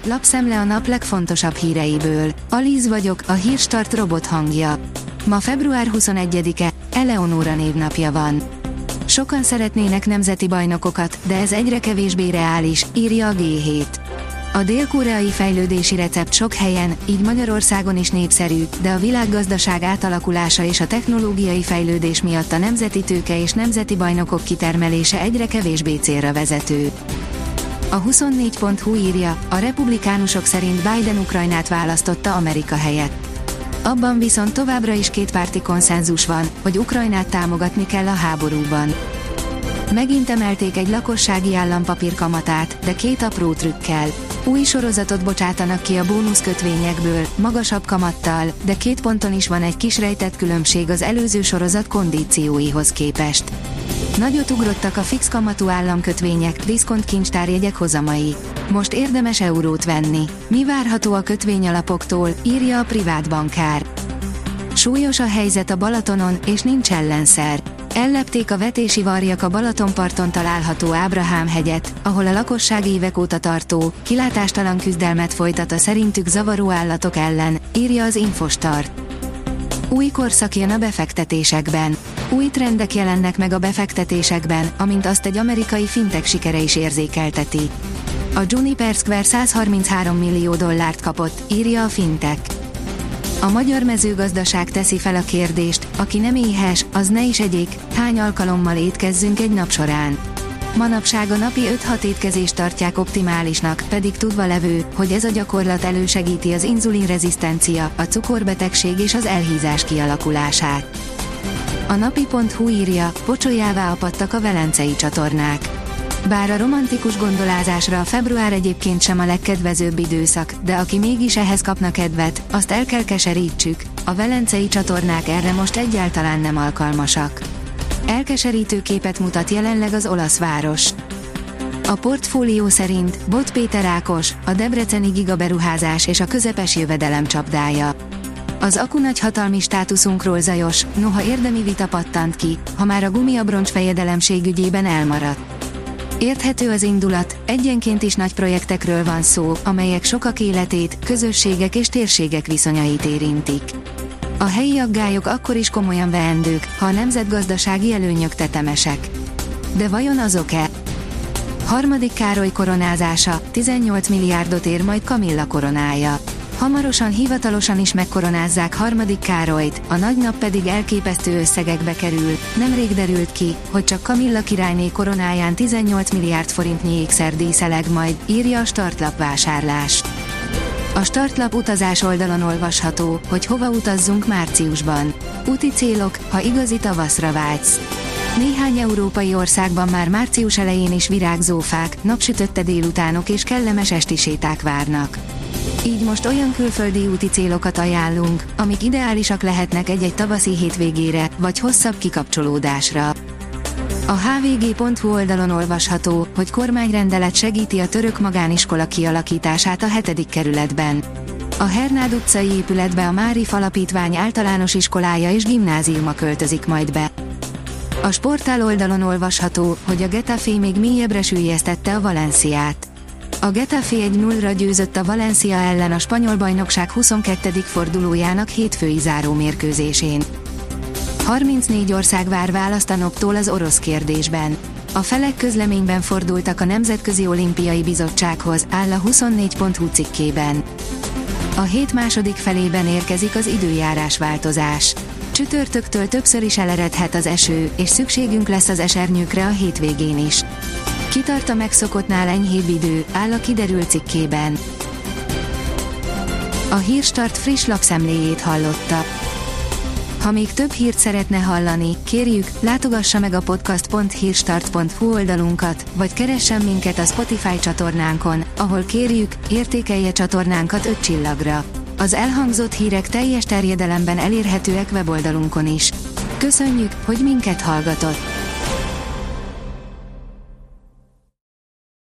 lapszemle a nap legfontosabb híreiből. Alíz vagyok, a Hírstart robot hangja. Ma február 21-e, Eleonóra névnapja van. Sokan szeretnének nemzeti bajnokokat, de ez egyre kevésbé reális, írja a G7. A dél-koreai fejlődési recept sok helyen, így Magyarországon is népszerű, de a világgazdaság átalakulása és a technológiai fejlődés miatt a nemzeti tőke és nemzeti bajnokok kitermelése egyre kevésbé célra vezető. A 24.hu írja, a republikánusok szerint Biden Ukrajnát választotta Amerika helyett. Abban viszont továbbra is kétpárti konszenzus van, hogy Ukrajnát támogatni kell a háborúban. Megint emelték egy lakossági állampapír kamatát, de két apró trükkel. Új sorozatot bocsátanak ki a bónuszkötvényekből, magasabb kamattal, de 2 ponton is van egy kis rejtett különbség az előző sorozat kondícióihoz képest. Nagyot ugrottak a fix kamatú államkötvények, diszkontkincstárjegyek hozamai. Most érdemes eurót venni. Mi várható a kötvényalapoktól, írja a privát bankár. Súlyos a helyzet a Balatonon, és nincs ellenszer. Ellepték a vetési varjak a Balatonparton található Ábrahám-hegyet, ahol a lakosság évek óta tartó, kilátástalan küzdelmet folytat a szerintük zavaró állatok ellen, írja az Infostart. Új korszak jön a befektetésekben. Új trendek jelennek meg a befektetésekben, amint azt egy amerikai fintech sikere is érzékelteti. A Juniper Square $133 millió kapott, írja a fintech. A magyar mezőgazdaság teszi fel a kérdést, aki nem éhes, az ne is egyék, hány alkalommal étkezzünk egy nap során. Manapság a napi 5-6 étkezést tartják optimálisnak, pedig tudva levő, hogy ez a gyakorlat elősegíti az inzulinrezisztencia, a cukorbetegség és az elhízás kialakulását. A napi.hu írja, pocsolyává apadtak a velencei csatornák. Bár a romantikus gondolázásra a február egyébként sem a legkedvezőbb időszak, de aki mégis ehhez kapna kedvet, azt el kell keserítsük, a velencei csatornák erre most egyáltalán nem alkalmasak. Elkeserítő képet mutat jelenleg az olasz város. A portfólió szerint Bot Péter Ákos, a debreceni gigaberuházás és a közepes jövedelem csapdája. Az akunagyhatalmi státuszunkról zajos, noha érdemi vita pattant ki, ha már a gumiabroncs fejedelemség ügyében elmaradt. Érthető az indulat, egyenként is nagy projektekről van szó, amelyek sokak életét, közösségek és térségek viszonyait érintik. A helyi aggályok akkor is komolyan veendők, ha a nemzetgazdasági előnyök tetemesek. De vajon azok-e? Harmadik Károly koronázása, 18 milliárdot ér majd Kamilla koronája. Hamarosan hivatalosan is megkoronázzák harmadik Károlyt, a nagy nap pedig elképesztő összegekbe kerül. Nemrég derült ki, hogy csak Kamilla királyné koronáján 18 milliárd forintnyi ékszer díszeleg majd, írja a Startlap vásárlás. A Startlap utazás oldalon olvasható, hogy hova utazzunk márciusban. Úti célok, ha igazi tavaszra vágysz. Néhány európai országban már március elején is virágzó fák, napsütötte délutánok és kellemes esti séták várnak. Így most olyan külföldi úti célokat ajánlunk, amik ideálisak lehetnek egy-egy tavaszi hétvégére, vagy hosszabb kikapcsolódásra. A hvg.hu oldalon olvasható, hogy kormányrendelet segíti a török magániskola kialakítását a 7. kerületben. A Hernád utcai épületbe a Márif Alapítvány általános iskolája és gimnáziuma költözik majd be. A Sportál oldalon olvasható, hogy a Getafe még mélyebbre süllyesztette a Valenciát. A Getafe 1-0-ra győzött a Valencia ellen a spanyol bajnokság 22. fordulójának hétfői záró mérkőzésén. 34 ország vár választ a NOP-tól az orosz kérdésben. A felek közleményben fordultak a Nemzetközi Olimpiai Bizottsághoz, áll a 24.hu cikkében. A hét második felében érkezik az időjárás változás. Csütörtöktől többször is eleredhet az eső, és szükségünk lesz az esernyőkre a hétvégén is. Kitart a megszokottnál enyhébb idő, áll a kiderült cikkében. A Hírstart friss lapszemléjét hallotta. Ha még több hírt szeretne hallani, kérjük, látogassa meg a podcast.hírstart.hu oldalunkat, vagy keressen minket a Spotify csatornánkon, ahol kérjük, értékelje csatornánkat 5 csillagra. Az elhangzott hírek teljes terjedelemben elérhetőek weboldalunkon is. Köszönjük, hogy minket hallgatott!